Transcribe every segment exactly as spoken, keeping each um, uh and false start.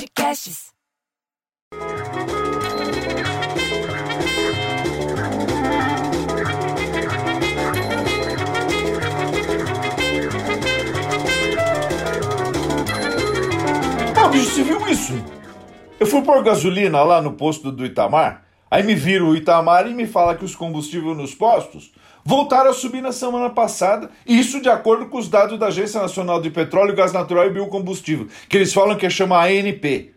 Podcasts. Ah, bicho, você viu isso? Eu fui pôr gasolina lá no posto do Itamar, aí me vira o Itamar e me fala que os combustíveis nos postos voltaram a subir na semana passada, e isso de acordo com os dados da Agência Nacional de Petróleo, Gás Natural e Biocombustível, que eles falam que chama A N P.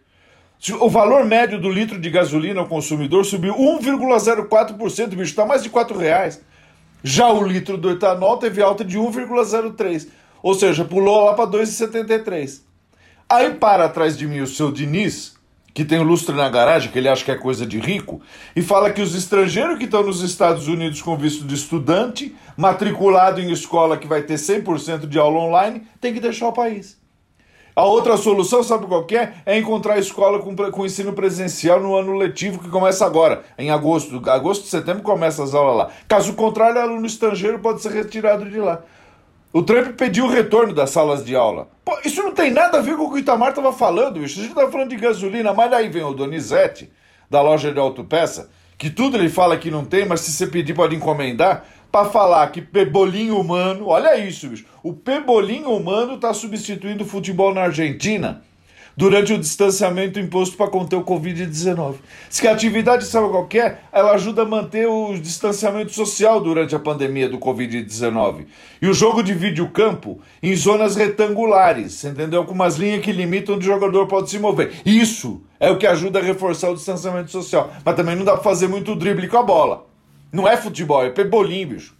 O valor médio do litro de gasolina ao consumidor subiu um vírgula zero quatro por cento, bicho, está mais de quatro reais. Já o litro do etanol teve alta de um vírgula zero três por cento, ou seja, pulou lá para dois vírgula setenta e três por cento. Aí para atrás de mim o seu Diniz, que tem o lustre na garagem, que ele acha que é coisa de rico, e fala que os estrangeiros que estão nos Estados Unidos com visto de estudante, matriculado em escola que vai ter cem por cento de aula online, tem que deixar o país. A outra solução, sabe qual que é? É encontrar a escola com, com ensino presencial no ano letivo que começa agora, em agosto. Agosto, setembro começa as aulas lá. Caso contrário, aluno estrangeiro pode ser retirado de lá. O Trump pediu o retorno das salas de aula. Pô, isso não tem nada a ver com o que o Itamar estava falando, bicho. A gente estava falando de gasolina, mas aí vem o Donizete, da loja de autopeça, que tudo ele fala que não tem, mas se você pedir pode encomendar, para falar que pebolinho humano, olha isso, bicho. O pebolinho humano está substituindo o futebol na Argentina durante o distanciamento imposto para conter o covid dezenove. Se que a atividade, sabe qual que é? Ela ajuda a manter o distanciamento social durante a pandemia do covid dezenove. E o jogo divide o campo em zonas retangulares, entendeu? Com umas linhas que limitam onde o jogador pode se mover. Isso é o que ajuda a reforçar o distanciamento social. Mas também não dá para fazer muito drible com a bola. Não é futebol, é pebolim, bicho.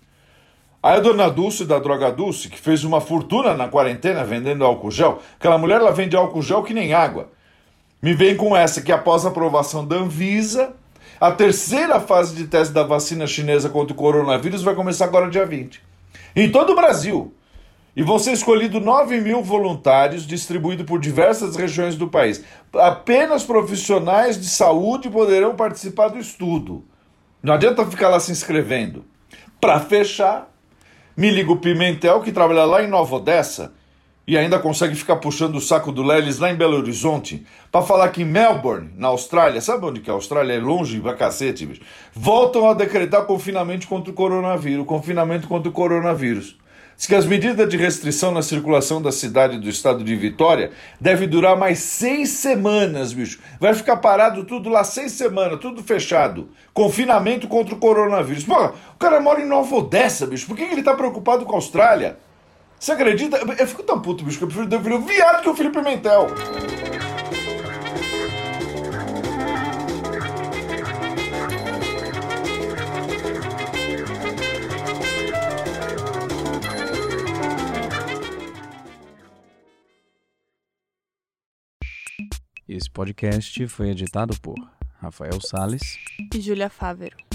Aí a dona Dulce, da Droga Dulce, que fez uma fortuna na quarentena vendendo álcool gel, aquela mulher ela vende álcool gel que nem água. Me vem com essa que após a aprovação da Anvisa, a terceira fase de teste da vacina chinesa contra o coronavírus vai começar agora dia vinte. Em todo o Brasil. E vão ser escolhidos nove mil voluntários distribuídos por diversas regiões do país. Apenas profissionais de saúde poderão participar do estudo. Não adianta ficar lá se inscrevendo. Para fechar, me liga o Pimentel, que trabalha lá em Nova Odessa e ainda consegue ficar puxando o saco do Lelis lá em Belo Horizonte para falar que em Melbourne, na Austrália, sabe onde que é a Austrália? É longe pra cacete, bicho. Voltam a decretar confinamento contra o coronavírus, confinamento contra o coronavírus. Diz que as medidas de restrição na circulação da cidade do estado de Vitória devem durar mais seis semanas, bicho. Vai ficar parado tudo lá seis semanas, tudo fechado. Confinamento contra o coronavírus. Pô, o cara mora em Nova Odessa, bicho. Por que ele tá preocupado com a Austrália? Você acredita? Eu fico tão puto, bicho, que eu prefiro, eu prefiro o viado que o Felipe Pimentel. Esse podcast foi editado por Rafael Salles e Júlia Fávero.